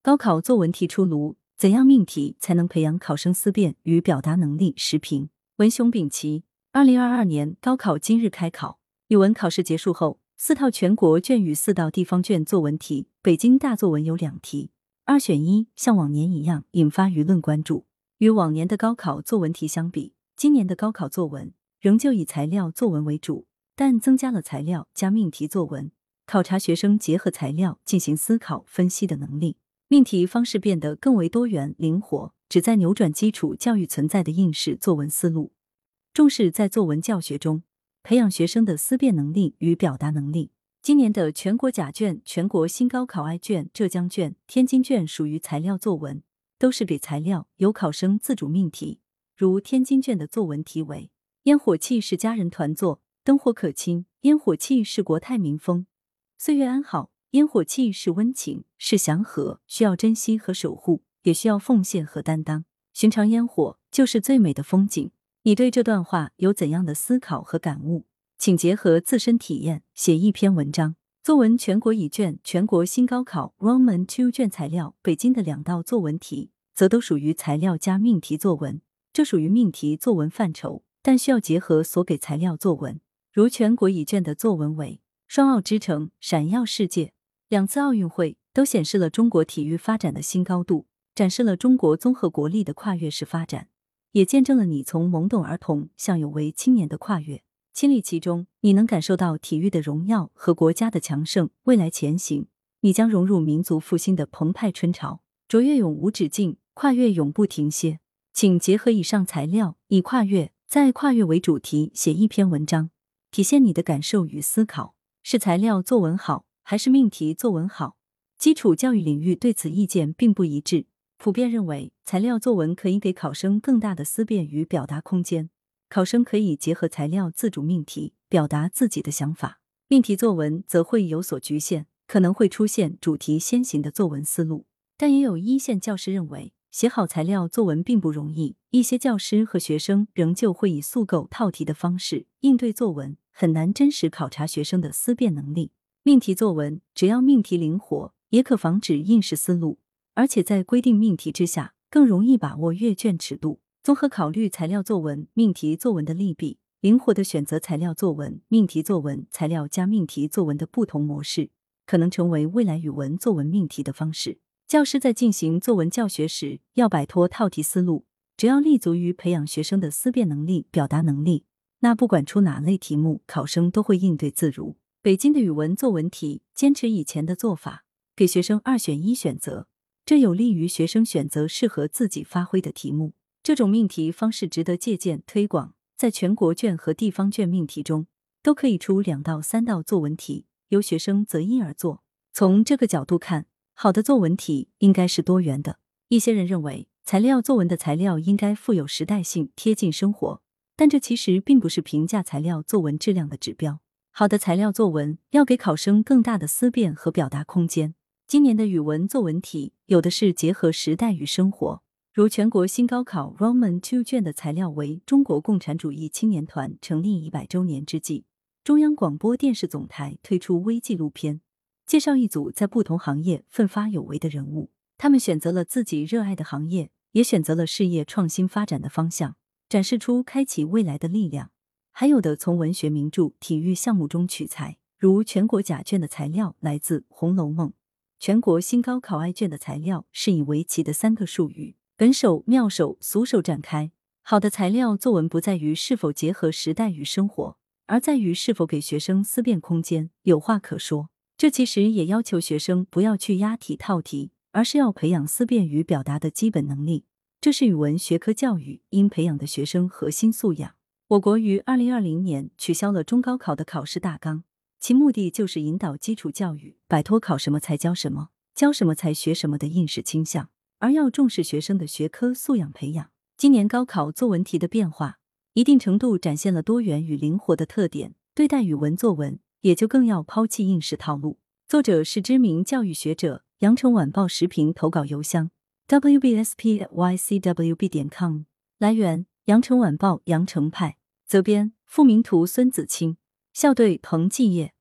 高考作文题出炉，怎样命题才能培养考生思辨与表达能力？时评文雄丙奇。2022年高考今日开考，语文考试结束后，4套全国卷与4道地方卷作文题，北京大作文有2题，2选1，像往年一样引发舆论关注。与往年的高考作文题相比，今年的高考作文仍旧以材料作文为主，但增加了材料加命题作文，考察学生结合材料进行思考分析的能力。命题方式变得更为多元灵活，旨在扭转基础教育存在的应试作文思路，重视在作文教学中培养学生的思辨能力与表达能力。今年的全国甲卷、全国新高考 I 卷、浙江卷、天津卷属于材料作文，都是给材料，由考生自主命题。如天津卷的作文题为烟火气是家人团坐，灯火可亲，烟火气是国泰民丰，岁月安好。烟火气是温情，是祥和，需要珍惜和守护，也需要奉献和担当。寻常烟火就是最美的风景。你对这段话有怎样的思考和感悟？请结合自身体验写一篇文章。作文全国乙卷、全国新高考 Roman II 卷材料，北京的2道作文题则都属于材料加命题作文，这属于命题作文范畴，但需要结合所给材料作文。如全国乙卷的作文为双奥之城，闪耀世界。2次奥运会都显示了中国体育发展的新高度，展示了中国综合国力的跨越式发展，也见证了你从懵懂儿童向有为青年的跨越。亲历其中，你能感受到体育的荣耀和国家的强盛。未来前行，你将融入民族复兴的澎湃春潮，卓越永无止境，跨越永不停歇。请结合以上材料，以跨越，在跨越为主题写一篇文章，体现你的感受与思考。是材料作文好，还是命题作文好？基础教育领域对此意见并不一致，普遍认为材料作文可以给考生更大的思辨与表达空间，考生可以结合材料自主命题，表达自己的想法。命题作文则会有所局限，可能会出现主题先行的作文思路。但也有一线教师认为，写好材料作文并不容易，一些教师和学生仍旧会以速构套题的方式应对作文，很难真实考察学生的思辨能力。命题作文只要命题灵活，也可防止应试思路，而且在规定命题之下，更容易把握阅卷尺度。综合考虑材料作文、命题作文的利弊，灵活地选择材料作文、命题作文、材料加命题作文的不同模式，可能成为未来语文作文命题的方式。教师在进行作文教学时，要摆脱套题思路，只要立足于培养学生的思辨能力、表达能力，那不管出哪类题目，考生都会应对自如。北京的语文作文题坚持以前的做法，给学生2选1选择，这有利于学生选择适合自己发挥的题目。这种命题方式值得借鉴推广，在全国卷和地方卷命题中，都可以出2到3道作文题，由学生择一而作。从这个角度看，好的作文题应该是多元的。一些人认为，材料作文的材料应该富有时代性，贴近生活，但这其实并不是评价材料作文质量的指标。好的材料作文要给考生更大的思辨和表达空间。今年的语文作文题有的是结合时代与生活，如全国新高考 Roman II 卷的材料为中国共产主义青年团成立100周年之际，中央广播电视总台推出微纪录片，介绍一组在不同行业奋发有为的人物，他们选择了自己热爱的行业，也选择了事业创新发展的方向，展示出开启未来的力量。还有的从文学名著、体育项目中取材，如全国甲卷的材料来自《红楼梦》，全国新高考 I 卷的材料是以围棋的3个术语本手、妙手、俗手展开。好的材料作文不在于是否结合时代与生活，而在于是否给学生思辨空间，有话可说。这其实也要求学生不要去押题套题，而是要培养思辨与表达的基本能力，这是语文学科教育应培养的学生核心素养。我国于2020年取消了中高考的考试大纲，其目的就是引导基础教育摆脱考什么才教什么，教什么才学什么的应试倾向，而要重视学生的学科素养培养。今年高考作文题的变化，一定程度展现了多元与灵活的特点，对待语文作文也就更要抛弃应试套路。作者是知名教育学者，羊城晚报时评投稿邮箱 wbsp@ycwb.com。 来源羊城晚报羊城派，责编付明图孙子清，校对彭继业。